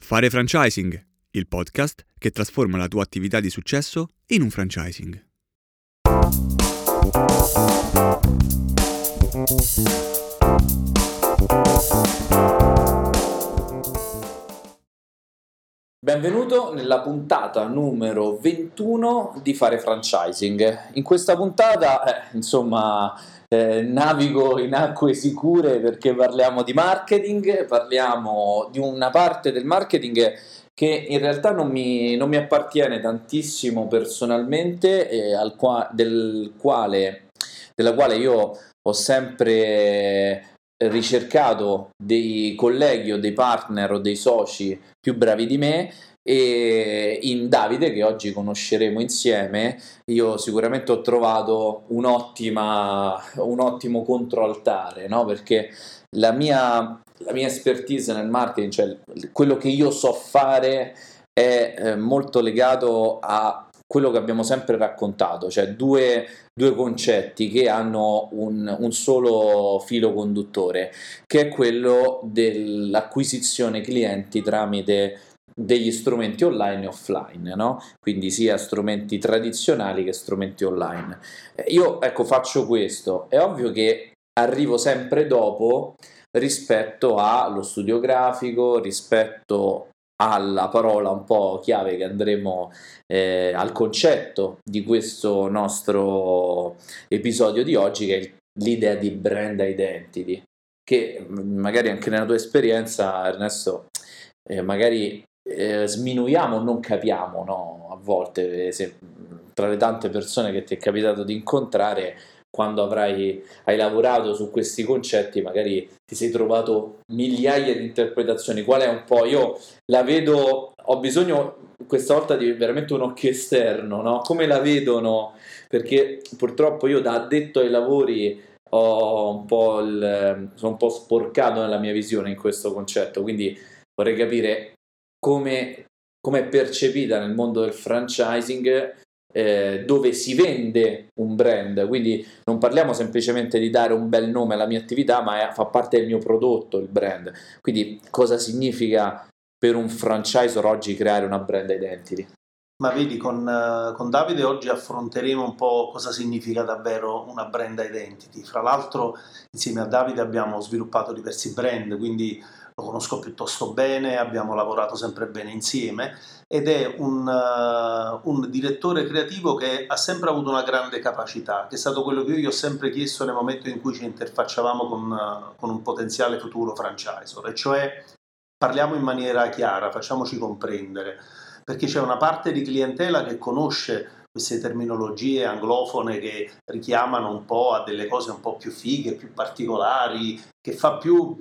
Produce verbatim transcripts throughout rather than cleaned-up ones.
Fare franchising, il podcast che trasforma la tua attività di successo in un franchising. Benvenuto nella puntata numero ventuno di Fare Franchising. In questa puntata, eh, insomma, eh, navigo in acque sicure perché parliamo di marketing, parliamo di una parte del marketing che in realtà non mi, non mi appartiene tantissimo personalmente, e al qua, del quale, della quale io ho sempre ricercato dei colleghi o dei partner o dei soci più bravi di me, e in Davide, che oggi conosceremo insieme, io sicuramente ho trovato un'ottima, un ottimo controaltare, no? Perché la mia, la mia expertise nel marketing, cioè quello che io so fare, è eh, molto legato a quello che abbiamo sempre raccontato, cioè due, due concetti che hanno un, un solo filo conduttore, che è quello dell'acquisizione clienti tramite degli strumenti online e offline, no? Quindi sia strumenti tradizionali che strumenti online. Io, ecco, faccio questo. È ovvio che arrivo sempre dopo rispetto allo studio grafico, rispetto alla parola un po' chiave che andremo eh, al concetto di questo nostro episodio di oggi, che è l'idea di brand identity, che magari anche nella tua esperienza, Ernesto, eh, magari eh, sminuiamo, non capiamo, no? A volte, se, tra le tante persone che ti è capitato di incontrare, quando avrai hai lavorato su questi concetti, magari ti sei trovato migliaia di interpretazioni. Qual è un po'? Io la vedo, ho bisogno questa volta di veramente un occhio esterno, no? Come la vedono? Perché purtroppo io da addetto ai lavori ho un po' il, sono un po' sporcato nella mia visione in questo concetto, quindi vorrei capire come, come è percepita nel mondo del franchising, eh, dove si vende un brand. Quindi non parliamo semplicemente di dare un bel nome alla mia attività, ma è, fa parte del mio prodotto il brand. Quindi cosa significa per un franchisor oggi creare una brand identity? Ma vedi, con, uh, con Davide oggi affronteremo un po' cosa significa davvero una brand identity. Fra l'altro, insieme a Davide abbiamo sviluppato diversi brand, quindi lo conosco piuttosto bene, abbiamo lavorato sempre bene insieme, ed è un, uh, un direttore creativo che ha sempre avuto una grande capacità, che è stato quello che io gli ho sempre chiesto nel momento in cui ci interfacciavamo con, uh, con un potenziale futuro franchisor, e cioè parliamo in maniera chiara, facciamoci comprendere, perché c'è una parte di clientela che conosce queste terminologie anglofone che richiamano un po' a delle cose un po' più fighe, più particolari, che fa più,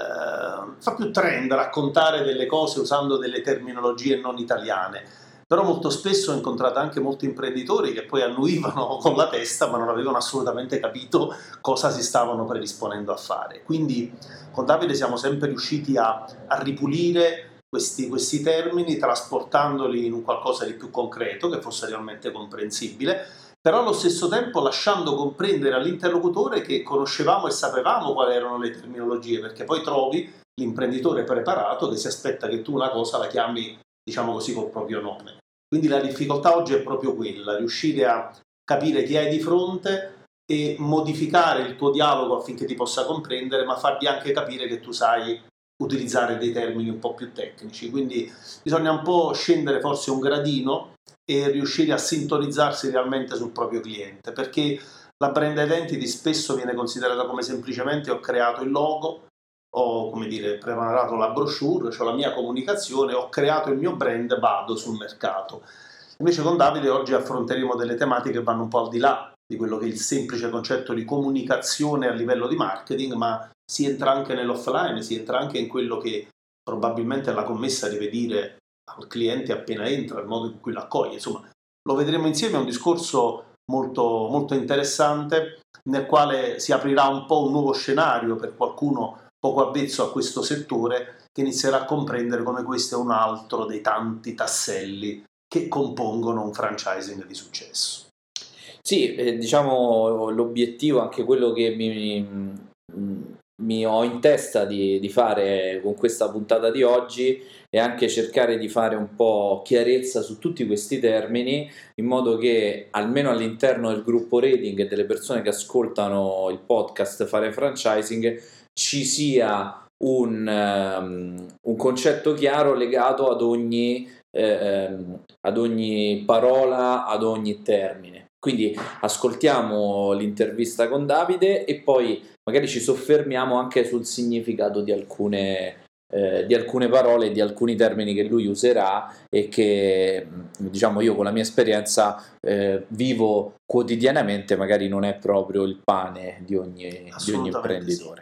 eh, fa più trend raccontare delle cose usando delle terminologie non italiane. Però molto spesso ho incontrato anche molti imprenditori che poi annuivano con la testa, ma non avevano assolutamente capito cosa si stavano predisponendo a fare. Quindi con Davide siamo sempre riusciti a, a ripulire Questi, questi termini, trasportandoli in un qualcosa di più concreto, che fosse realmente comprensibile, però allo stesso tempo lasciando comprendere all'interlocutore che conoscevamo e sapevamo quali erano le terminologie, perché poi trovi l'imprenditore preparato che si aspetta che tu una cosa la chiami, diciamo così, col proprio nome. Quindi la difficoltà oggi è proprio quella, riuscire a capire chi hai di fronte e modificare il tuo dialogo affinché ti possa comprendere, ma fargli anche capire che tu sai utilizzare dei termini un po' più tecnici. Quindi bisogna un po' scendere forse un gradino e riuscire a sintonizzarsi realmente sul proprio cliente, perché la brand identity spesso viene considerata come semplicemente ho creato il logo, ho, come dire, preparato la brochure, ho la mia comunicazione, ho creato il mio brand, vado sul mercato. Invece con Davide oggi affronteremo delle tematiche che vanno un po' al di là di quello che è il semplice concetto di comunicazione a livello di marketing, ma si entra anche nell'offline, si entra anche in quello che probabilmente la commessa deve dire al cliente appena entra, il modo in cui l'accoglie. Insomma, lo vedremo insieme, è un discorso molto, molto interessante, nel quale si aprirà un po' un nuovo scenario per qualcuno poco avvezzo a questo settore, che inizierà a comprendere come questo è un altro dei tanti tasselli che compongono un franchising di successo. Sì, eh, diciamo l'obiettivo, anche quello che mi, mi ho in testa di, di fare con questa puntata di oggi, e anche cercare di fare un po' chiarezza su tutti questi termini, in modo che almeno all'interno del gruppo Rating e delle persone che ascoltano il podcast Fare Franchising ci sia un, um, un concetto chiaro legato ad ogni, eh, ad ogni parola, ad ogni termine. Quindi ascoltiamo l'intervista con Davide e poi magari ci soffermiamo anche sul significato di alcune, eh, di alcune parole, di alcuni termini che lui userà e che, diciamo, io con la mia esperienza eh, vivo quotidianamente, magari non è proprio il pane di ogni, di ogni imprenditore. Sì.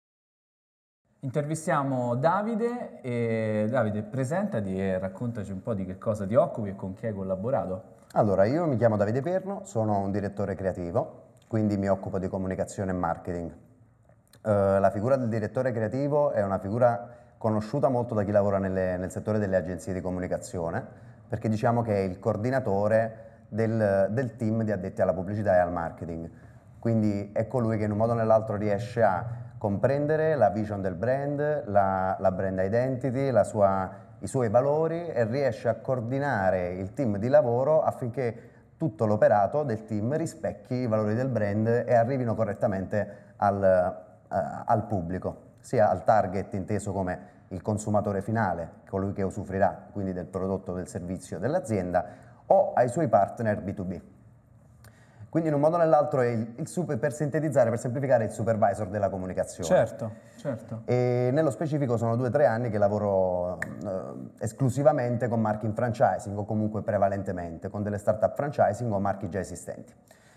Intervistiamo Davide e Davide, presentati e raccontaci un po' di che cosa ti occupi e con chi hai collaborato. Allora, io mi chiamo Davide Perno, sono un direttore creativo, quindi mi occupo di comunicazione e marketing. Uh, la figura del direttore creativo è una figura conosciuta molto da chi lavora nelle, nel settore delle agenzie di comunicazione, perché diciamo che è il coordinatore del, del team di addetti alla pubblicità e al marketing. Quindi è colui che in un modo o nell'altro riesce a comprendere la vision del brand, la, la brand identity, la sua, i suoi valori e riesce a coordinare il team di lavoro affinché tutto l'operato del team rispecchi i valori del brand e arrivino correttamente al, uh, al pubblico, sia al target inteso come il consumatore finale, colui che usufruirà quindi del prodotto o del servizio dell'azienda, o ai suoi partner B due B. Quindi in un modo o nell'altro è il, il super, per sintetizzare, per semplificare, il supervisor della comunicazione. Certo, certo. E nello specifico sono due o tre anni che lavoro eh, esclusivamente con marchi in franchising o comunque prevalentemente con delle startup franchising o marchi già esistenti.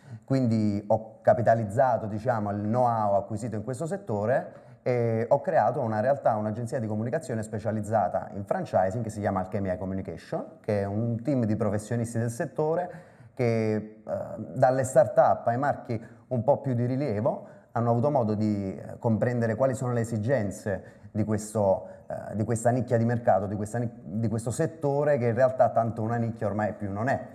Quindi ho capitalizzato, diciamo, il know-how acquisito in questo settore e ho creato una realtà, un'agenzia di comunicazione specializzata in franchising che si chiama Alchemia Communication, che è un team di professionisti del settore che eh, dalle start-up ai marchi un po' più di rilievo hanno avuto modo di eh, comprendere quali sono le esigenze di, questo, eh, di questa nicchia di mercato, di, questa, di questo settore che in realtà tanto una nicchia ormai più non è.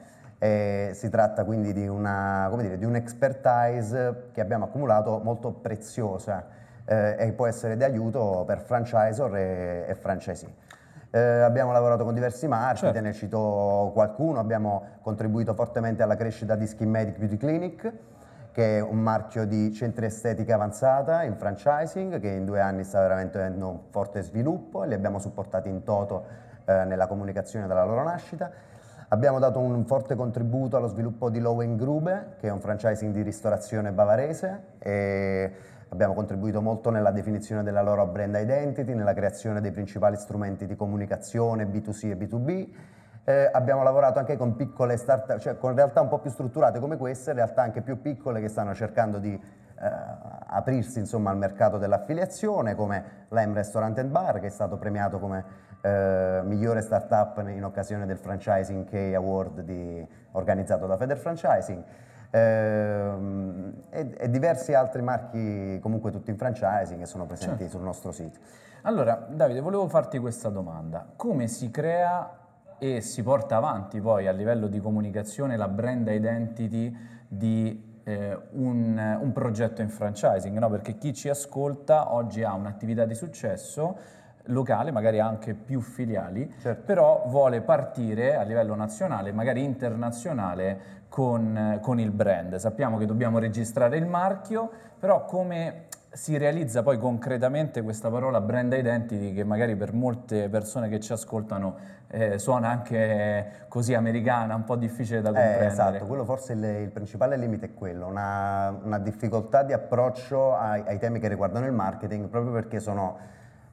E si tratta quindi di una, come dire, di un'expertise che abbiamo accumulato molto preziosa eh, e può essere di aiuto per franchisor e, e franchisee. Eh, abbiamo lavorato con diversi marchi, certo. Te ne cito qualcuno, abbiamo contribuito fortemente alla crescita di Skin Medic Beauty Clinic, che è un marchio di centri estetica avanzata in franchising, che in due anni sta veramente avendo un forte sviluppo e li abbiamo supportati in toto eh, nella comunicazione dalla loro nascita. Abbiamo dato un forte contributo allo sviluppo di Lowengrube, che è un franchising di ristorazione bavarese, e abbiamo contribuito molto nella definizione della loro brand identity, nella creazione dei principali strumenti di comunicazione B due C e B due B. Eh, abbiamo lavorato anche con piccole start-up, cioè con realtà un po' più strutturate come queste, realtà anche più piccole che stanno cercando di eh, aprirsi insomma al mercato dell'affiliazione, come Lime Restaurant and Bar, che è stato premiato come eh, migliore startup in occasione del Franchising K Award di, organizzato da Federfranchising. Eh, e, e diversi altri marchi comunque tutti in franchising che sono presenti certo. sul nostro sito. Allora Davide, volevo farti questa domanda: come si crea e si porta avanti poi a livello di comunicazione la brand identity di eh, un, un progetto in franchising, no? Perché chi ci ascolta oggi ha un'attività di successo locale, magari anche più filiali, certo. Però vuole partire a livello nazionale, magari internazionale con, con il brand. Sappiamo che dobbiamo registrare il marchio, però come si realizza poi concretamente questa parola brand identity, che magari per molte persone che ci ascoltano eh, suona anche così americana, un po' difficile da comprendere. Eh, esatto, quello forse il, il principale limite è quello, una, una difficoltà di approccio ai, ai temi che riguardano il marketing, proprio perché sono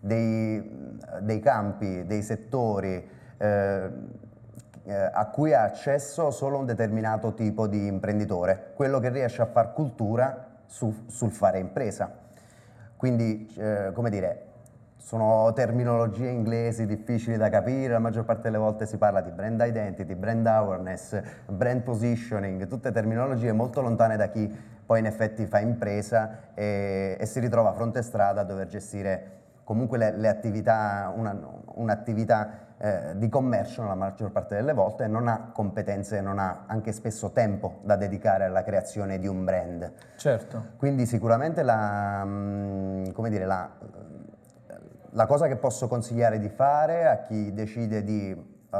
dei, dei campi, dei settori eh, a cui ha accesso solo un determinato tipo di imprenditore, quello che riesce a far cultura su, sul fare impresa. Quindi, eh, come dire, sono terminologie inglesi difficili da capire, la maggior parte delle volte si parla di brand identity, brand awareness, brand positioning, tutte terminologie molto lontane da chi poi in effetti fa impresa e, e si ritrova a fronte strada a dover gestire comunque le, le attività, una, un'attività eh, di commercio la maggior parte delle volte, non ha competenze, non ha anche spesso tempo da dedicare alla creazione di un brand. Certo. Quindi sicuramente la, come dire, la, la cosa che posso consigliare di fare a chi decide di, uh,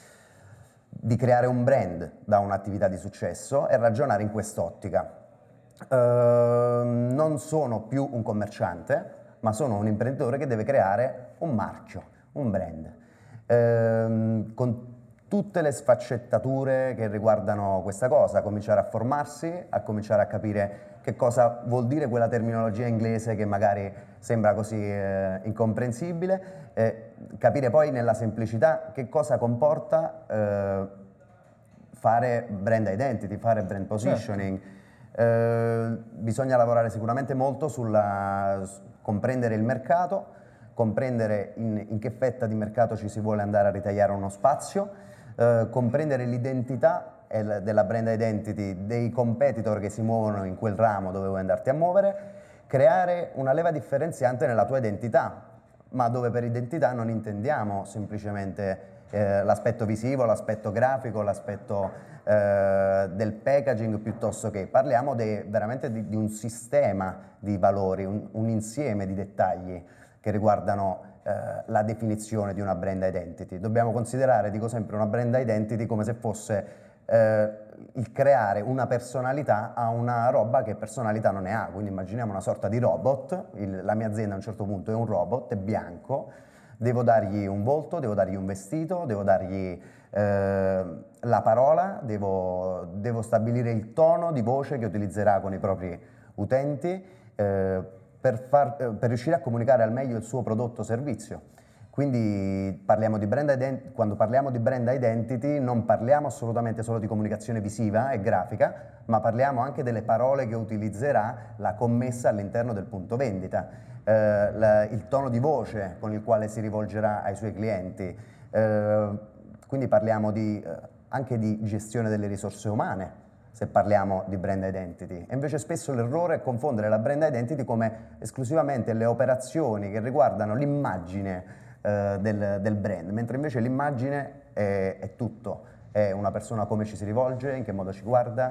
di creare un brand da un'attività di successo è ragionare in quest'ottica. Uh, non sono più un commerciante, ma sono un imprenditore che deve creare un marchio, un brand, uh, con tutte le sfaccettature che riguardano questa cosa, cominciare a formarsi, a cominciare a capire che cosa vuol dire quella terminologia inglese che magari sembra così eh, incomprensibile, eh, capire poi nella semplicità che cosa comporta eh, fare brand identity, fare brand positioning. Certo. Eh, bisogna lavorare sicuramente molto sulla comprendere il mercato, comprendere in, in che fetta di mercato ci si vuole andare a ritagliare uno spazio, eh, comprendere l'identità della brand identity dei competitor che si muovono in quel ramo dove vuoi andarti a muovere, creare una leva differenziante nella tua identità, ma dove per identità non intendiamo semplicemente eh, l'aspetto visivo, l'aspetto grafico, l'aspetto eh, del packaging, piuttosto che parliamo de, veramente di, di un sistema di valori, un, un insieme di dettagli che riguardano eh, la definizione di una brand identity. Dobbiamo considerare, dico sempre, una brand identity come se fosse Eh, il creare una personalità a una roba che personalità non ne ha, quindi immaginiamo una sorta di robot. Il, la mia azienda a un certo punto è un robot, è bianco, devo dargli un volto, devo dargli un vestito, devo dargli eh, la parola, devo, devo stabilire il tono di voce che utilizzerà con i propri utenti eh, per, far, eh, per riuscire a comunicare al meglio il suo prodotto o servizio. Quindi parliamo di brand ident- quando parliamo di brand identity non parliamo assolutamente solo di comunicazione visiva e grafica, ma parliamo anche delle parole che utilizzerà la commessa all'interno del punto vendita, eh, la, il tono di voce con il quale si rivolgerà ai suoi clienti. Eh, quindi parliamo di, eh, anche di gestione delle risorse umane, se parliamo di brand identity. E invece spesso l'errore è confondere la brand identity come esclusivamente le operazioni che riguardano l'immagine Del, del brand, mentre invece l'immagine è, è tutto, è una persona come ci si rivolge, in che modo ci guarda,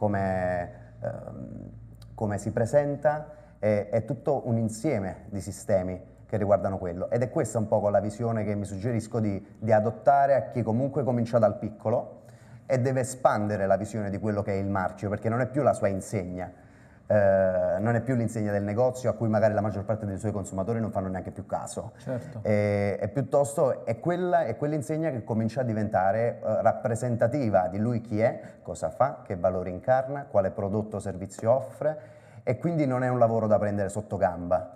come, ehm, come si presenta, è, è tutto un insieme di sistemi che riguardano quello, ed è questa un po' la visione che mi suggerisco di, di adottare a chi comunque comincia dal piccolo e deve espandere la visione di quello che è il marchio, perché non è più la sua insegna. Eh, non è più l'insegna del negozio a cui magari la maggior parte dei suoi consumatori non fanno neanche più caso. Certo. E, e piuttosto è quella è quell'insegna che comincia a diventare eh, rappresentativa di lui chi è, cosa fa, che valori incarna, quale prodotto o servizio offre, e quindi non è un lavoro da prendere sotto gamba.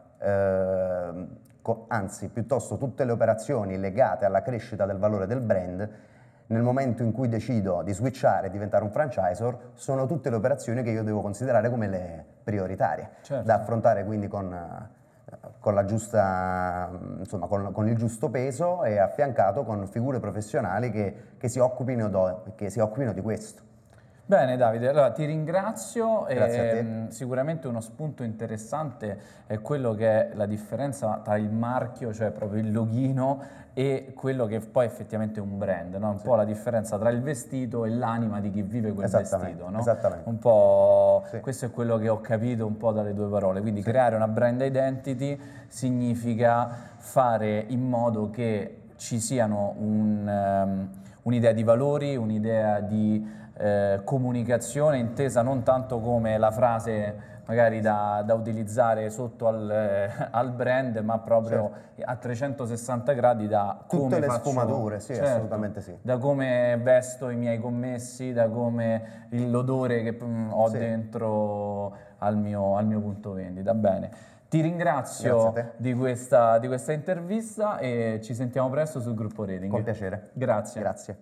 Eh, co- anzi, piuttosto tutte le operazioni legate alla crescita del valore del brand, nel momento in cui decido di switchare e diventare un franchisor, sono tutte le operazioni che io devo considerare come le prioritarie, certo, da affrontare quindi con, con la giusta, insomma, con, con il giusto peso e affiancato con figure professionali che, che, si occupino do, che si occupino di questo. Bene Davide, allora ti ringrazio. Grazie e, a te. mh, sicuramente uno spunto interessante è quello che è la differenza tra il marchio, cioè proprio il loghino, e quello che poi effettivamente è un brand, no? Un sì. po' la differenza tra il vestito e l'anima di chi vive quel vestito, no? Esattamente. Un po' sì. Questo è quello che ho capito un po' dalle tue parole, quindi sì. creare una brand identity significa fare in modo che ci siano un, um, un'idea di valori, un'idea di Eh, comunicazione intesa non tanto come la frase magari da, da utilizzare sotto al, eh, al brand, ma proprio certo. a trecentosessanta gradi da tutte come le faccio, sfumature, sì, certo, assolutamente sì. Da come vesto i miei commessi, da come l'odore che mh, ho sì. dentro al mio, al mio punto vendita. Bene. Ti ringrazio di questa, di questa intervista e ci sentiamo presto sul gruppo Rating. Con piacere. Grazie. Grazie.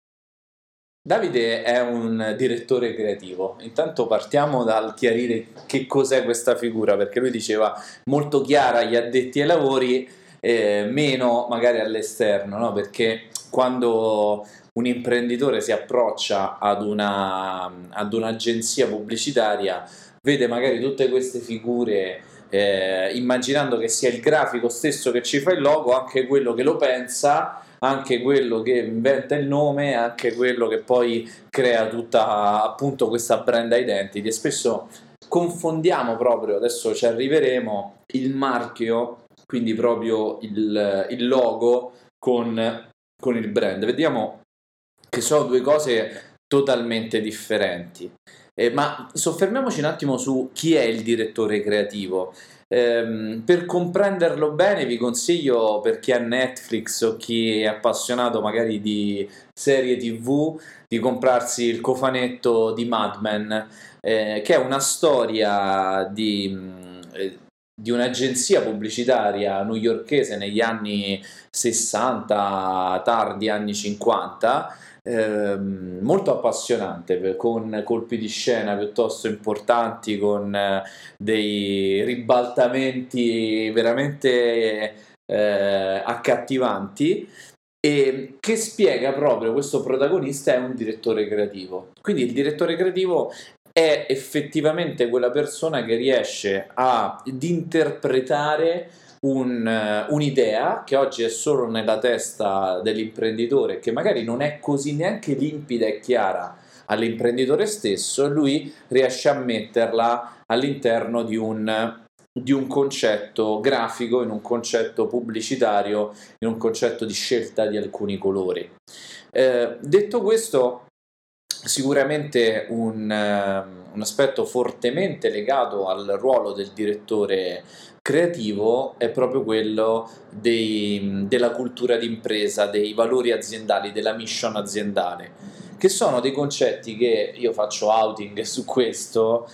Davide è un direttore creativo. Intanto partiamo dal chiarire che cos'è questa figura, perché lui diceva molto chiara agli addetti ai lavori, eh, meno magari all'esterno, no? Perché quando un imprenditore si approccia ad una ad un'agenzia pubblicitaria vede magari tutte queste figure, eh, immaginando che sia il grafico stesso che ci fa il logo, anche quello che lo pensa, anche quello che inventa il nome, anche quello che poi crea tutta appunto questa brand identity. E spesso confondiamo proprio, adesso ci arriveremo, il marchio quindi proprio il, il logo con, con il brand. Vediamo che sono due cose totalmente differenti. Eh, ma soffermiamoci un attimo su chi è il direttore creativo. Eh, per comprenderlo bene vi consiglio, per chi ha Netflix o chi è appassionato magari di serie tivù, di comprarsi il cofanetto di Mad Men, eh, che è una storia di, eh, di un'agenzia pubblicitaria newyorkese negli anni sessanta, tardi anni cinquanta, ehm, molto appassionante, con colpi di scena piuttosto importanti, con eh, dei ribaltamenti veramente eh, accattivanti, e che spiega proprio questo protagonista è un direttore creativo. Quindi il direttore creativo è effettivamente quella persona che riesce ad interpretare un, eh, un'idea che oggi è solo nella testa dell'imprenditore, che magari non è così neanche limpida e chiara all'imprenditore stesso, e lui riesce a metterla all'interno di un, di un concetto grafico, in un concetto pubblicitario, in un concetto di scelta di alcuni colori. Eh, detto questo, sicuramente un, uh, un aspetto fortemente legato al ruolo del direttore creativo è proprio quello dei, della cultura d'impresa, dei valori aziendali, della mission aziendale, che sono dei concetti che io faccio outing su questo,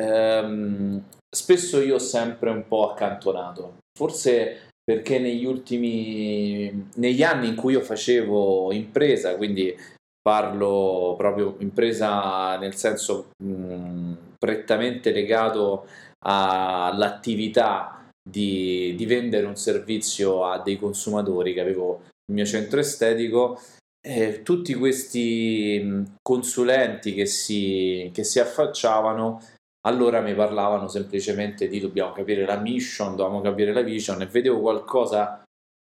ehm, spesso io ho sempre un po' accantonato, forse perché negli ultimi negli anni in cui io facevo impresa, quindi parlo proprio impresa nel senso mh, prettamente legato all'attività di, di vendere un servizio a dei consumatori, che avevo il mio centro estetico, eh, tutti questi consulenti che si, che si affacciavano allora mi parlavano semplicemente di dobbiamo capire la mission, dobbiamo capire la vision, e vedevo qualcosa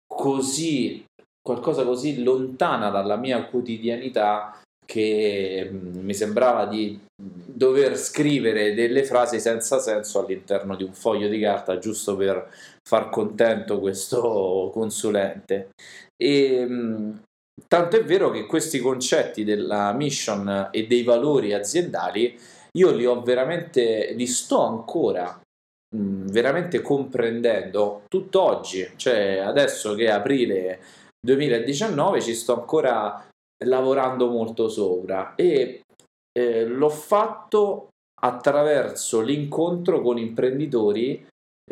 così qualcosa così lontana dalla mia quotidianità che mh, mi sembrava di dover scrivere delle frasi senza senso all'interno di un foglio di carta giusto per far contento questo consulente. E mh, tanto è vero che questi concetti della mission e dei valori aziendali io li ho veramente, li sto ancora mh, veramente comprendendo tutt'oggi, cioè adesso che è aprile duemiladiciannove ci sto ancora lavorando molto sopra, e eh, l'ho fatto attraverso l'incontro con imprenditori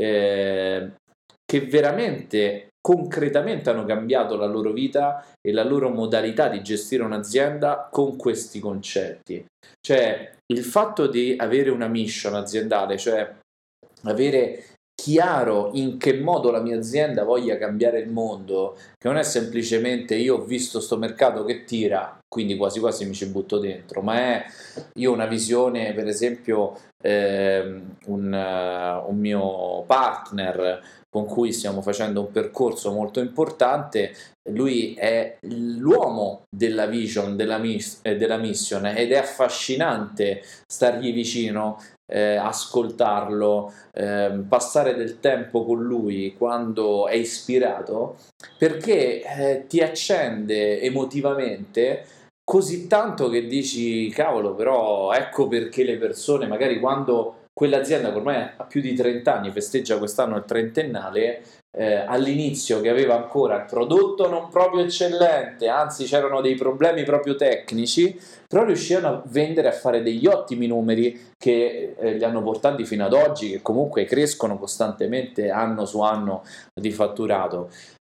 eh, che veramente concretamente hanno cambiato la loro vita e la loro modalità di gestire un'azienda con questi concetti. Cioè il fatto di avere una mission aziendale, cioè avere chiaro in che modo la mia azienda voglia cambiare il mondo, che non è semplicemente io ho visto sto mercato che tira, quindi quasi quasi mi ci butto dentro, ma è io ho una visione, per esempio ehm, un, uh, un mio partner con cui stiamo facendo un percorso molto importante, lui è l'uomo della vision, della, mis- eh, della mission, ed è affascinante stargli vicino, eh, ascoltarlo, eh, passare del tempo con lui quando è ispirato, perché eh, ti accende emotivamente così tanto che dici cavolo, però ecco perché le persone magari quando quell'azienda che ormai ha più di trenta anni, festeggia quest'anno il trentennale, eh, all'inizio che aveva ancora il prodotto non proprio eccellente, anzi c'erano dei problemi proprio tecnici, però riuscivano a vendere, a fare degli ottimi numeri che eh, li hanno portati fino ad oggi, che comunque crescono costantemente anno su anno di fatturato.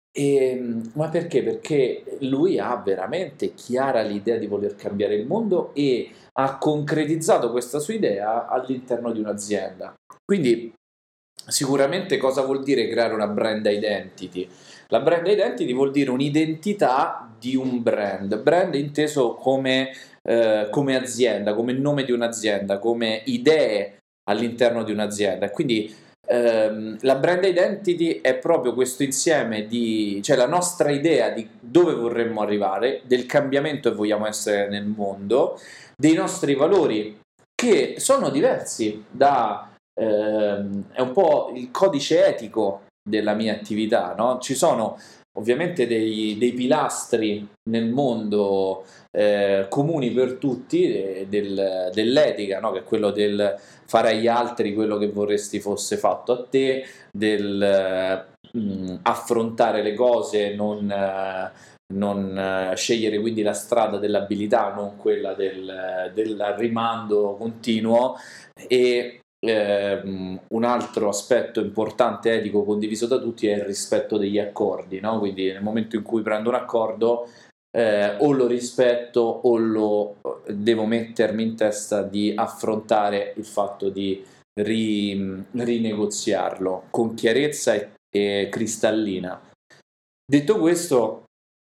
E, ma perché? Perché lui ha veramente chiara l'idea di voler cambiare il mondo e ha concretizzato questa sua idea all'interno di un'azienda. Quindi sicuramente cosa vuol dire creare una brand identity? La brand identity vuol dire un'identità di un brand, brand inteso come, eh, come azienda, come nome di un'azienda, come idee all'interno di un'azienda. Quindi ehm, la brand identity è proprio questo insieme di, cioè la nostra idea di dove vorremmo arrivare, del cambiamento che vogliamo essere nel mondo, dei nostri valori che sono diversi da ehm, è un po' il codice etico della mia attività, no? Ci sono ovviamente dei, dei pilastri nel mondo eh, comuni per tutti eh, del, dell'etica, no? Che è quello del fare agli altri quello che vorresti fosse fatto a te, del eh, mh, affrontare le cose, non, eh, non eh, scegliere quindi la strada dell'abilità, non quella del, del rimando continuo. E eh, un altro aspetto importante etico condiviso da tutti è il rispetto degli accordi, no? Quindi nel momento in cui prendo un accordo eh, o lo rispetto o lo devo mettermi in testa di affrontare il fatto di ri, rinegoziarlo con chiarezza e, e cristallina. Detto questo,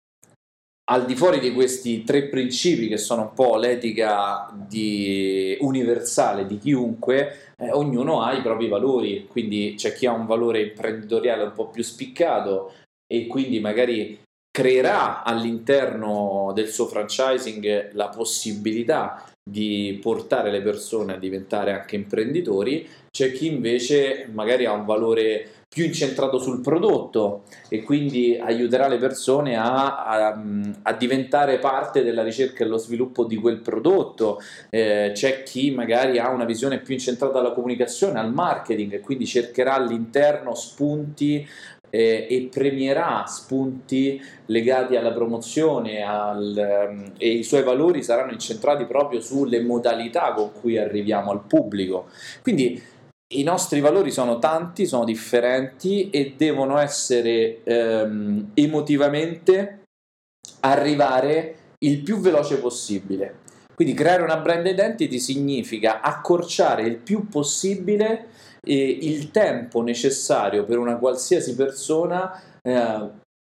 al di fuori di questi tre principi che sono un po' l'etica di, universale di chiunque, eh, ognuno ha i propri valori, quindi c'è chi ha un valore imprenditoriale un po' più spiccato e quindi magari creerà all'interno del suo franchising la possibilità di portare le persone a diventare anche imprenditori. C'è chi invece magari ha un valore più incentrato sul prodotto e quindi aiuterà le persone a, a, a diventare parte della ricerca e lo sviluppo di quel prodotto. Eh, c'è chi magari ha una visione più incentrata alla comunicazione, al marketing, e quindi cercherà all'interno spunti eh, e premierà spunti legati alla promozione al, um, e i suoi valori saranno incentrati proprio sulle modalità con cui arriviamo al pubblico. Quindi i nostri valori sono tanti, sono differenti e devono essere ehm, emotivamente arrivare il più veloce possibile. Quindi creare una brand identity significa accorciare il più possibile eh, il tempo necessario per una qualsiasi persona eh,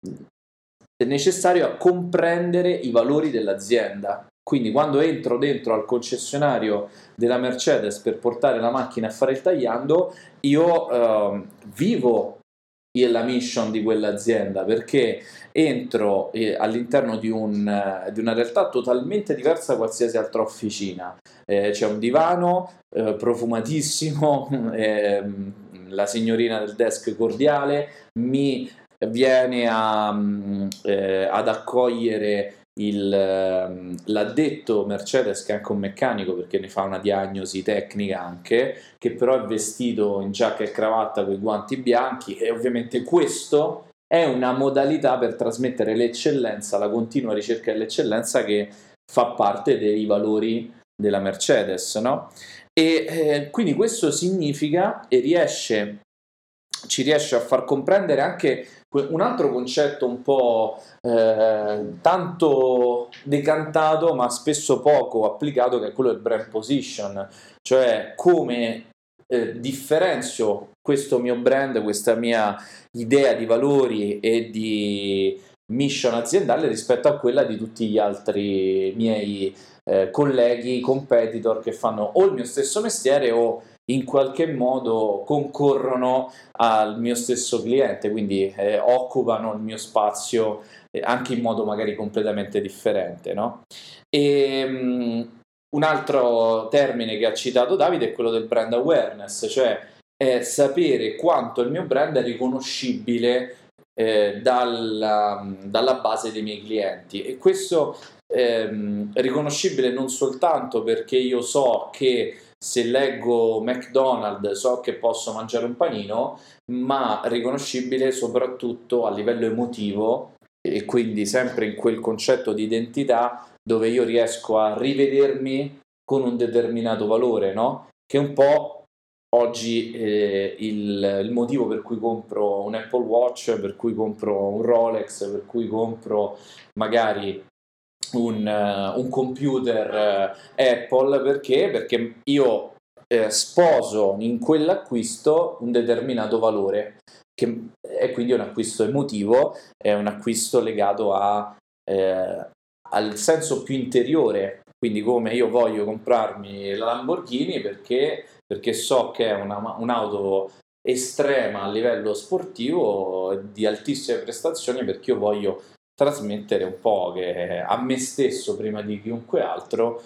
necessario a comprendere i valori dell'azienda. Quindi quando entro dentro al concessionario della Mercedes per portare la macchina a fare il tagliando, io eh, vivo la mission di quell'azienda, perché entro eh, all'interno di, un, eh, di una realtà totalmente diversa da qualsiasi altra officina. Eh, c'è un divano eh, profumatissimo, eh, la signorina del desk cordiale mi viene a, eh, ad accogliere il, l'addetto Mercedes, che è anche un meccanico perché ne fa una diagnosi tecnica anche, che però è vestito in giacca e cravatta con i guanti bianchi, e ovviamente questo è una modalità per trasmettere l'eccellenza, la continua ricerca dell'eccellenza che fa parte dei valori della Mercedes, no? E eh, quindi questo significa e riesce ci riesce a far comprendere anche un altro concetto un po' eh, tanto decantato ma spesso poco applicato, che è quello del brand position, cioè come eh, differenzio questo mio brand, questa mia idea di valori e di mission aziendale rispetto a quella di tutti gli altri miei eh, colleghi, competitor che fanno o il mio stesso mestiere o in qualche modo concorrono al mio stesso cliente, quindi eh, occupano il mio spazio eh, anche in modo magari completamente differente, no? E, um, un altro termine che ha citato Davide è quello del brand awareness, cioè eh, sapere quanto il mio brand è riconoscibile eh, dalla, dalla base dei miei clienti, e questo ehm, riconoscibile non soltanto perché io so che se leggo McDonald's so che posso mangiare un panino, ma riconoscibile soprattutto a livello emotivo, e quindi sempre in quel concetto di identità dove io riesco a rivedermi con un determinato valore, no? Che è un po' oggi eh, il, il motivo per cui compro un Apple Watch, per cui compro un Rolex, per cui compro magari Un, uh, un computer uh, Apple, perché? Perché io eh, sposo in quell'acquisto un determinato valore, che è quindi un acquisto emotivo, è un acquisto legato a, eh, al senso più interiore, quindi come io voglio comprarmi la Lamborghini perché, perché so che è una, un'auto estrema a livello sportivo, di altissime prestazioni, perché io voglio trasmettere un po' che a me stesso prima di chiunque altro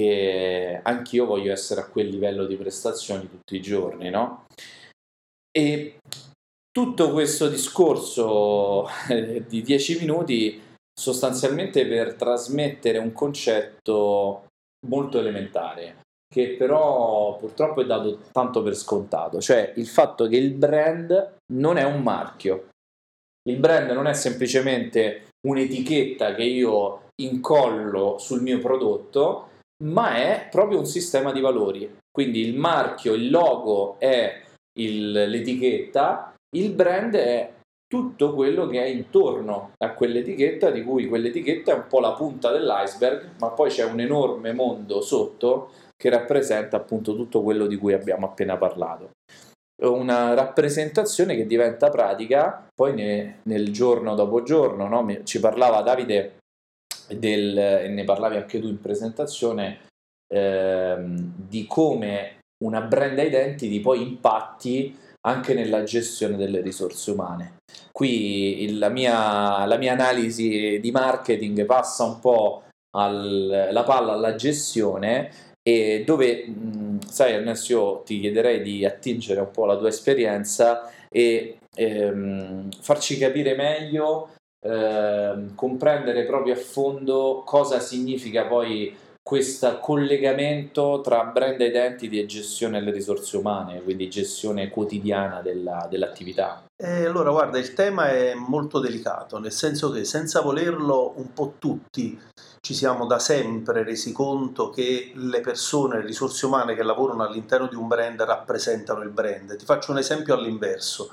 che anch'io voglio essere a quel livello di prestazioni tutti i giorni, no? E Tutto questo discorso di dieci minuti sostanzialmente per trasmettere un concetto molto elementare, che però purtroppo è dato tanto per scontato, cioè il fatto che il brand non è un marchio. Il brand non è semplicemente un'etichetta che io incollo sul mio prodotto, ma è proprio un sistema di valori. Quindi il marchio, il logo è il, l'etichetta, il brand è tutto quello che è intorno a quell'etichetta, di cui quell'etichetta è un po' la punta dell'iceberg, ma poi c'è un enorme mondo sotto che rappresenta appunto tutto quello di cui abbiamo appena parlato. Una rappresentazione che diventa pratica poi ne, nel giorno dopo giorno, no? Ci parlava Davide del, e ne parlavi anche tu in presentazione, ehm, di come una brand identity poi impatti anche nella gestione delle risorse umane. Qui il, la, mia, la mia analisi di marketing passa un po' al, la palla alla gestione, e dove, mh, sai Ernesto, io ti chiederei di attingere un po' alla tua esperienza e ehm, farci capire meglio, ehm, comprendere proprio a fondo cosa significa poi questo collegamento tra brand identity e gestione delle risorse umane, quindi gestione quotidiana della, dell'attività. E allora guarda, il tema è molto delicato, nel senso che senza volerlo un po' tutti ci siamo da sempre resi conto che le persone, le risorse umane che lavorano all'interno di un brand rappresentano il brand. Ti faccio un esempio all'inverso.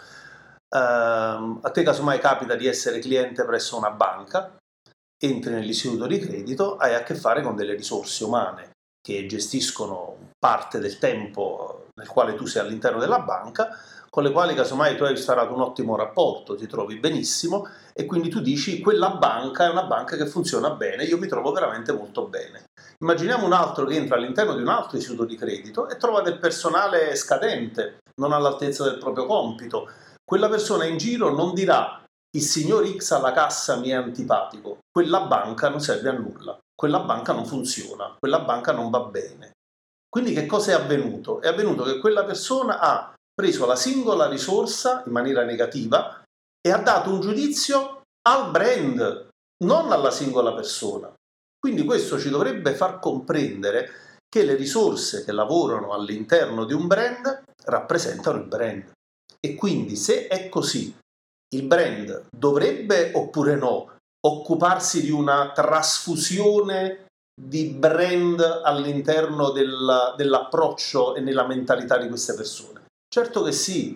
Uh, a te casomai capita di essere cliente presso una banca, entri nell'istituto di credito, hai a che fare con delle risorse umane che gestiscono parte del tempo nel quale tu sei all'interno della banca, con le quali casomai tu hai instaurato un ottimo rapporto, ti trovi benissimo e quindi tu dici quella banca è una banca che funziona bene, io mi trovo veramente molto bene. Immaginiamo un altro che entra all'interno di un altro istituto di credito e trova del personale scadente, non all'altezza del proprio compito. Quella persona in giro non dirà il signor X alla cassa mi è antipatico, quella banca non serve a nulla, quella banca non funziona, quella banca non va bene. Quindi che cosa è avvenuto? È avvenuto che quella persona ha preso la singola risorsa in maniera negativa e ha dato un giudizio al brand, non alla singola persona. Quindi questo ci dovrebbe far comprendere che le risorse che lavorano all'interno di un brand rappresentano il brand. E quindi se è così, il brand dovrebbe oppure no occuparsi di una trasfusione di brand all'interno del, dell'approccio e nella mentalità di queste persone? Certo che sì,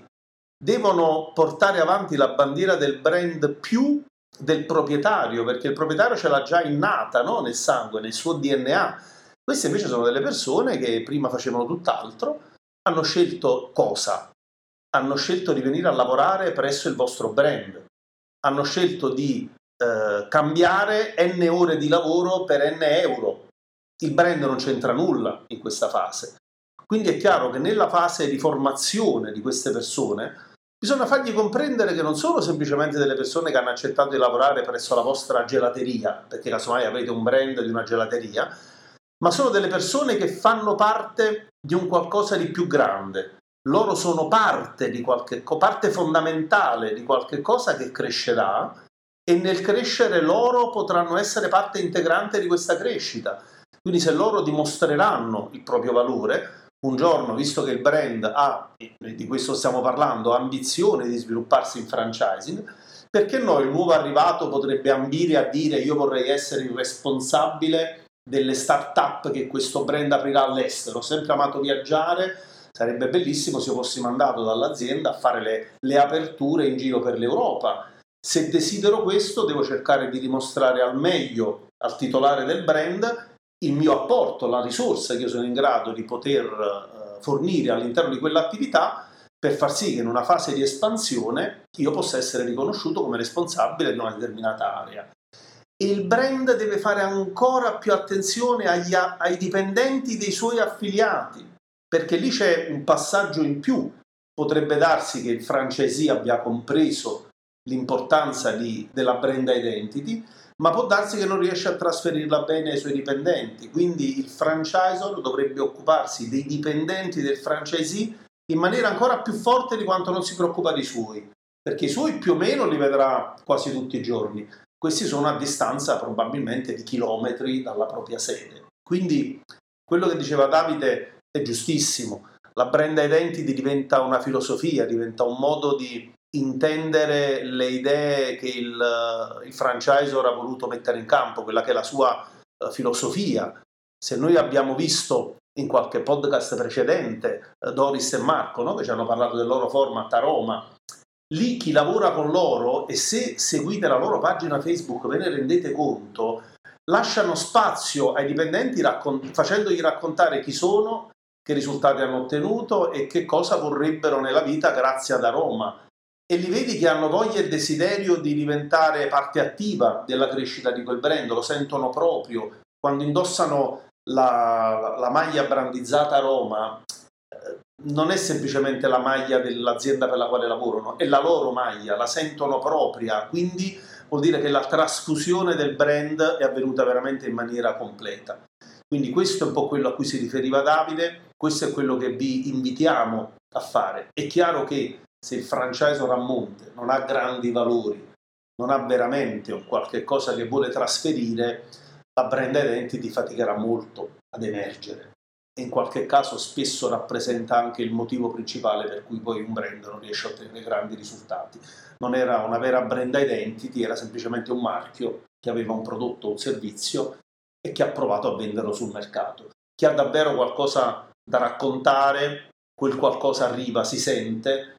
devono portare avanti la bandiera del brand più del proprietario, perché il proprietario ce l'ha già innata, no? Nel sangue, nel suo D N A. Queste invece sono delle persone che prima facevano tutt'altro, hanno scelto cosa? Hanno scelto di venire a lavorare presso il vostro brand, hanno scelto di eh, cambiare n ore di lavoro per n euro. Il brand non c'entra nulla in questa fase. Quindi è chiaro che nella fase di formazione di queste persone bisogna fargli comprendere che non sono semplicemente delle persone che hanno accettato di lavorare presso la vostra gelateria, perché casomai avete un brand di una gelateria, ma sono delle persone che fanno parte di un qualcosa di più grande. Loro sono parte di qualche parte fondamentale di qualche cosa che crescerà e nel crescere loro potranno essere parte integrante di questa crescita. Quindi se loro dimostreranno il proprio valore, un giorno, visto che il brand ha, e di questo stiamo parlando, ambizione di svilupparsi in franchising, perché no, il nuovo arrivato potrebbe ambire a dire io vorrei essere il responsabile delle start-up che questo brand aprirà all'estero. Ho sempre amato viaggiare, sarebbe bellissimo se io fossi mandato dall'azienda a fare le, le aperture in giro per l'Europa. Se desidero questo, devo cercare di dimostrare al meglio al titolare del brand il mio apporto, la risorsa che io sono in grado di poter uh, fornire all'interno di quell'attività per far sì che in una fase di espansione io possa essere riconosciuto come responsabile di una determinata area. E il brand deve fare ancora più attenzione agli, ai dipendenti dei suoi affiliati, perché lì c'è un passaggio in più. Potrebbe darsi che il franchisee abbia compreso l'importanza di, della brand identity, ma può darsi che non riesce a trasferirla bene ai suoi dipendenti, quindi il franchisor dovrebbe occuparsi dei dipendenti del franchisee in maniera ancora più forte di quanto non si preoccupa dei suoi. perché i suoi più o meno li vedrà quasi tutti i giorni. Questi sono a distanza probabilmente di chilometri dalla propria sede. Quindi quello che diceva Davide è giustissimo. La brand identity diventa una filosofia, diventa un modo di intendere le idee che il, il franchisor ha voluto mettere in campo, quella che è la sua uh, filosofia. Se noi abbiamo visto in qualche podcast precedente uh, Doris e Marco, no? Che ci hanno parlato del loro format a Roma, lì chi lavora con loro, e se seguite la loro pagina Facebook ve ne rendete conto, lasciano spazio ai dipendenti raccont- facendogli raccontare chi sono, che risultati hanno ottenuto e che cosa vorrebbero nella vita grazie ad Aroma. E li vedi che hanno voglia e desiderio di diventare parte attiva della crescita di quel brand, lo sentono proprio. Quando indossano la, la maglia brandizzata Roma, eh, non è semplicemente la maglia dell'azienda per la quale lavorano, è la loro maglia, la sentono propria, quindi vuol dire che la trasfusione del brand è avvenuta veramente in maniera completa. Quindi questo è un po' quello a cui si riferiva Davide, questo è quello che vi invitiamo a fare. È chiaro che se il franchisor a monte non ha grandi valori, non ha veramente un qualche cosa che vuole trasferire, la brand identity faticherà molto ad emergere e in qualche caso spesso rappresenta anche il motivo principale per cui poi un brand non riesce a ottenere grandi risultati. Non era una vera brand identity, era semplicemente un marchio che aveva un prodotto o un servizio e che ha provato a venderlo sul mercato. Chi ha davvero qualcosa da raccontare, quel qualcosa arriva, si sente,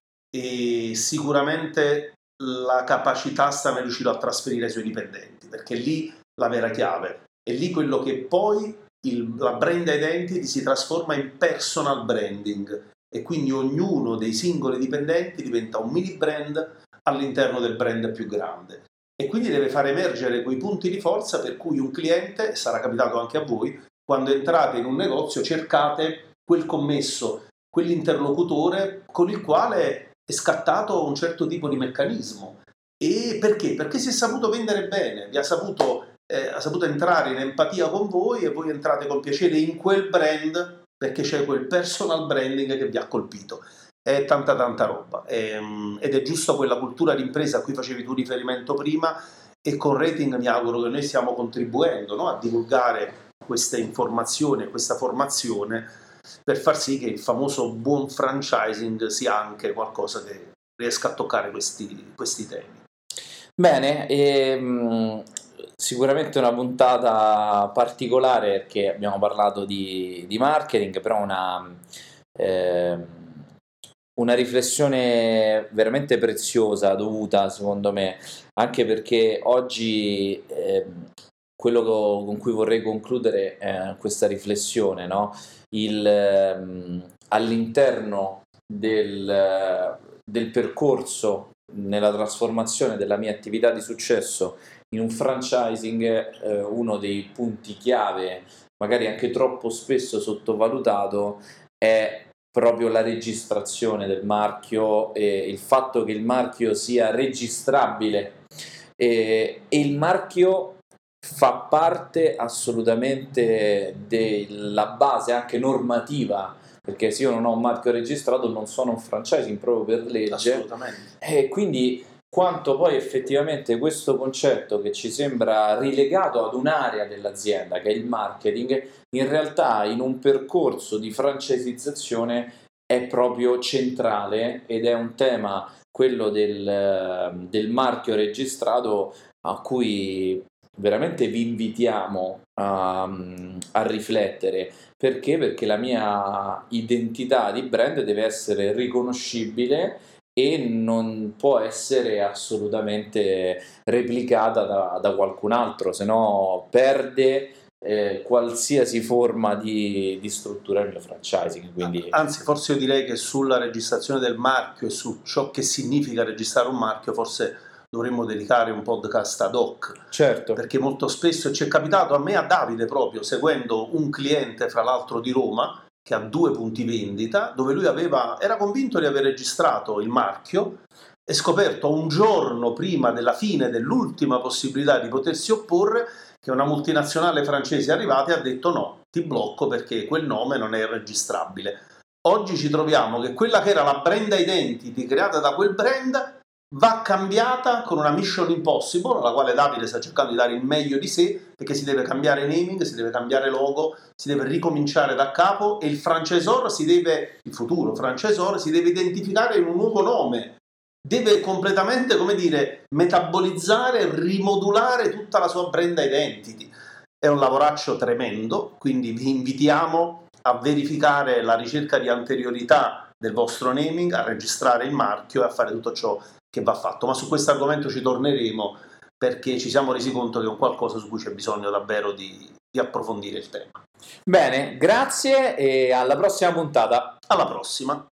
e sicuramente la capacità sta nel riuscire a trasferire ai suoi dipendenti, perché lì la vera chiave è lì quello che poi il, la brand identity si trasforma in personal branding e quindi ognuno dei singoli dipendenti diventa un mini brand all'interno del brand più grande e quindi deve far emergere quei punti di forza per cui un cliente, e sarà capitato anche a voi, quando entrate in un negozio cercate quel commesso, quell'interlocutore con il quale è scattato un certo tipo di meccanismo. E perché? Perché si è saputo vendere bene, vi ha saputo, eh, ha saputo entrare in empatia con voi e voi entrate con piacere in quel brand perché c'è quel personal branding che vi ha colpito. È tanta tanta roba è, ed è giusto quella cultura d'impresa a cui facevi tu riferimento prima e con Rating mi auguro che noi stiamo contribuendo, no, a divulgare queste informazioni e questa formazione per far sì che il famoso buon franchising sia anche qualcosa che riesca a toccare questi, questi temi. Bene, e, mh, sicuramente una puntata particolare perché abbiamo parlato di, di marketing, però una, eh, una riflessione veramente preziosa dovuta secondo me, anche perché oggi eh, quello con cui vorrei concludere è questa riflessione, no? Il, ehm, all'interno del, del percorso nella trasformazione della mia attività di successo in un franchising, eh, uno dei punti chiave, magari anche troppo spesso sottovalutato, è proprio la registrazione del marchio e il fatto che il marchio sia registrabile e, e il marchio fa parte assolutamente della base anche normativa, perché se io non ho un marchio registrato non sono un franchising proprio per legge. Assolutamente. E quindi quanto poi effettivamente questo concetto che ci sembra rilegato ad un'area dell'azienda che è il marketing, in realtà in un percorso di franchisizzazione è proprio centrale ed è un tema, quello del, del marchio registrato, a cui veramente vi invitiamo a, a riflettere. Perché? Perché la mia identità di brand deve essere riconoscibile e non può essere assolutamente replicata da, da qualcun altro, se no perde eh, qualsiasi forma di, di struttura del mio franchising. Quindi... Anzi, forse io direi che sulla registrazione del marchio e su ciò che significa registrare un marchio forse dovremmo dedicare un podcast ad hoc. Certo. Perché molto spesso, e ci è capitato a me, a Davide proprio, seguendo un cliente fra l'altro di Roma che ha due punti vendita, dove lui aveva, era convinto di aver registrato il marchio e scoperto un giorno prima della fine dell'ultima possibilità di potersi opporre che una multinazionale francese è arrivata e ha detto no, ti blocco perché quel nome non è registrabile. Oggi ci troviamo che quella che era la brand identity creata da quel brand va cambiata con una mission impossible, alla quale Davide sta cercando di dare il meglio di sé, perché si deve cambiare naming, si deve cambiare logo, si deve ricominciare da capo e il franchisor si deve, il futuro franchisor si deve identificare in un nuovo nome, deve completamente, come dire, metabolizzare, rimodulare tutta la sua brand identity. È un lavoraccio tremendo, quindi vi invitiamo a verificare la ricerca di anteriorità del vostro naming, a registrare il marchio e a fare tutto ciò che va fatto. Ma su questo argomento ci torneremo, perché ci siamo resi conto che è un qualcosa su cui c'è bisogno davvero di, di approfondire il tema. Bene, grazie e alla prossima puntata. Alla prossima!